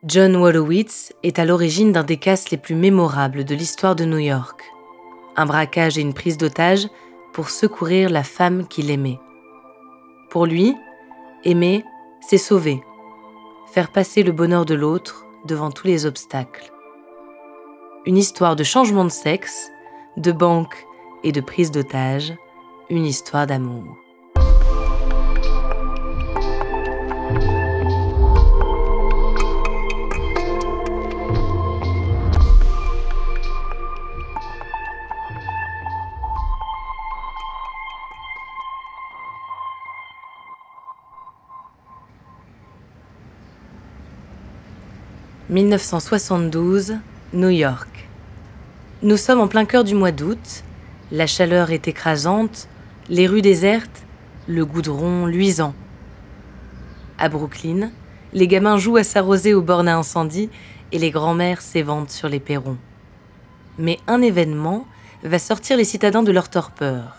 John Wolowitz est à l'origine d'un des casses les plus mémorables de l'histoire de New York. Un braquage et une prise d'otage pour secourir la femme qu'il aimait. Pour lui, aimer, c'est sauver, faire passer le bonheur de l'autre devant tous les obstacles. Une histoire de changement de sexe, de banque et de prise d'otage, une histoire d'amour. « 1972, New York. Nous sommes en plein cœur du mois d'août, la chaleur est écrasante, les rues désertes, le goudron luisant. À Brooklyn, les gamins jouent à s'arroser aux bornes à incendie et les grands-mères s'éventent sur les perrons. Mais un événement va sortir les citadins de leur torpeur.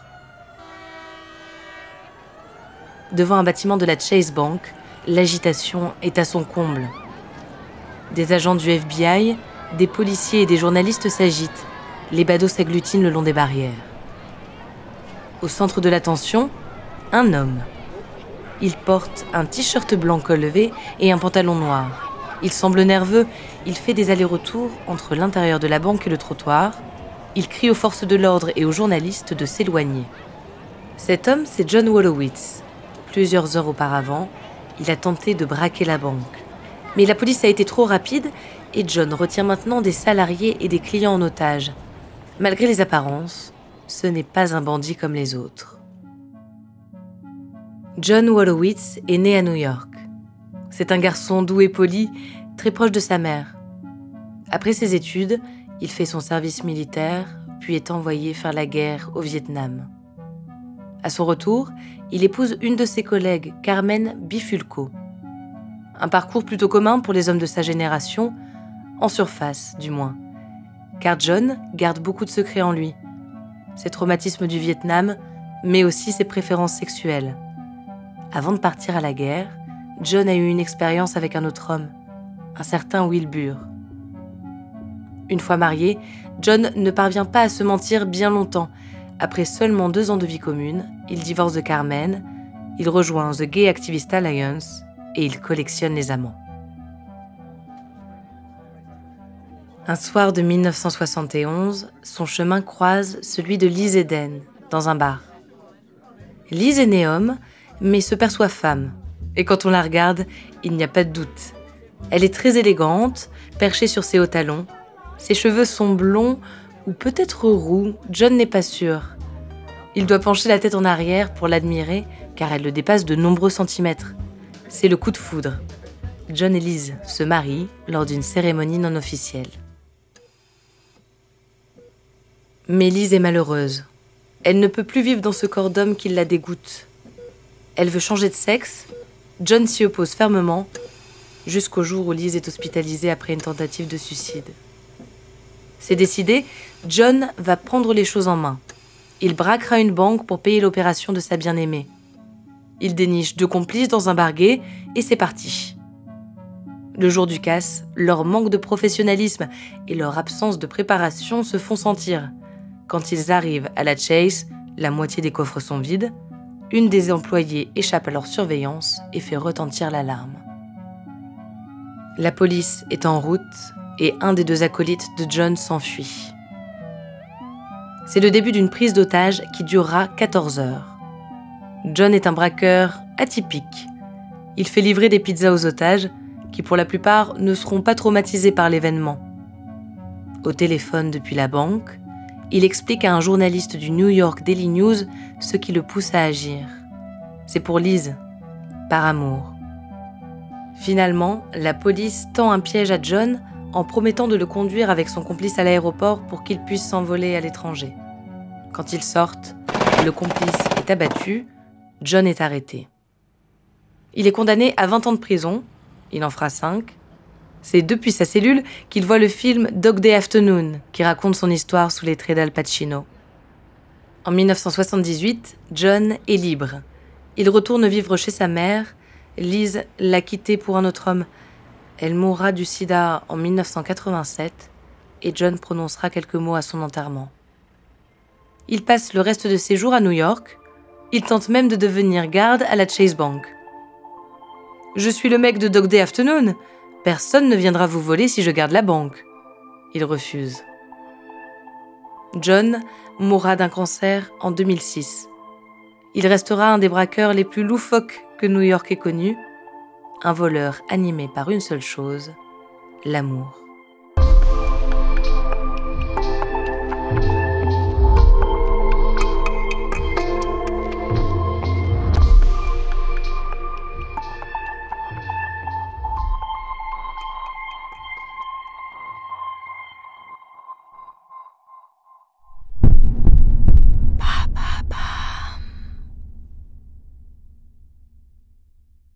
Devant un bâtiment de la Chase Bank, l'agitation est à son comble. Des agents du FBI, des policiers et des journalistes s'agitent. Les badauds s'agglutinent le long des barrières. Au centre de l'attention, un homme. Il porte un t-shirt blanc col levé et un pantalon noir. Il semble nerveux, il fait des allers-retours entre l'intérieur de la banque et le trottoir. Il crie aux forces de l'ordre et aux journalistes de s'éloigner. Cet homme, c'est John Wolowitz. Plusieurs heures auparavant, il a tenté de braquer la banque. Mais la police a été trop rapide et John retient maintenant des salariés et des clients en otage. Malgré les apparences, ce n'est pas un bandit comme les autres. John Wolowitz est né à New York. C'est un garçon doux et poli, très proche de sa mère. Après ses études, il fait son service militaire, puis est envoyé faire la guerre au Vietnam. À son retour, il épouse une de ses collègues, Carmen Bifulco. Un parcours plutôt commun pour les hommes de sa génération, en surface du moins. Car John garde beaucoup de secrets en lui. Ses traumatismes du Vietnam, mais aussi ses préférences sexuelles. Avant de partir à la guerre, John a eu une expérience avec un autre homme, un certain Wilbur. Une fois marié, John ne parvient pas à se mentir bien longtemps. Après seulement 2 ans de vie commune, il divorce de Carmen, il rejoint The Gay Activist Alliance et il collectionne les amants. Un soir de 1971, son chemin croise celui de Liz Eden, dans un bar. Liz est née homme, mais se perçoit femme. Et quand on la regarde, il n'y a pas de doute. Elle est très élégante, perchée sur ses hauts talons. Ses cheveux sont blonds ou peut-être roux, John n'est pas sûr. Il doit pencher la tête en arrière pour l'admirer, car elle le dépasse de nombreux centimètres. C'est le coup de foudre. John et Liz se marient lors d'une cérémonie non officielle. Mais Liz est malheureuse. Elle ne peut plus vivre dans ce corps d'homme qui la dégoûte. Elle veut changer de sexe. John s'y oppose fermement, jusqu'au jour où Liz est hospitalisée après une tentative de suicide. C'est décidé, John va prendre les choses en main. Il braquera une banque pour payer l'opération de sa bien-aimée. Il déniche 2 complices dans un bar gay et c'est parti. Le jour du casse, leur manque de professionnalisme et leur absence de préparation se font sentir. Quand ils arrivent à la Chase, la moitié des coffres sont vides. Une des employées échappe à leur surveillance et fait retentir l'alarme. La police est en route et un des 2 acolytes de John s'enfuit. C'est le début d'une prise d'otage qui durera 14 heures. John est un braqueur atypique. Il fait livrer des pizzas aux otages, qui pour la plupart ne seront pas traumatisés par l'événement. Au téléphone depuis la banque, il explique à un journaliste du New York Daily News ce qui le pousse à agir. C'est pour Liz, par amour. Finalement, la police tend un piège à John en promettant de le conduire avec son complice à l'aéroport pour qu'il puisse s'envoler à l'étranger. Quand ils sortent, le complice est abattu, John est arrêté. Il est condamné à 20 ans de prison, il en fera 5. C'est depuis sa cellule qu'il voit le film Dog Day Afternoon, qui raconte son histoire sous les traits d'Al Pacino. En 1978, John est libre. Il retourne vivre chez sa mère. Liz l'a quitté pour un autre homme. Elle mourra du sida en 1987 et John prononcera quelques mots à son enterrement. Il passe le reste de ses jours à New York. Il tente même de devenir garde à la Chase Bank. « Je suis le mec de Dog Day Afternoon. Personne ne viendra vous voler si je garde la banque. » Il refuse. John mourra d'un cancer en 2006. Il restera un des braqueurs les plus loufoques que New York ait connu, un voleur animé par une seule chose, l'amour.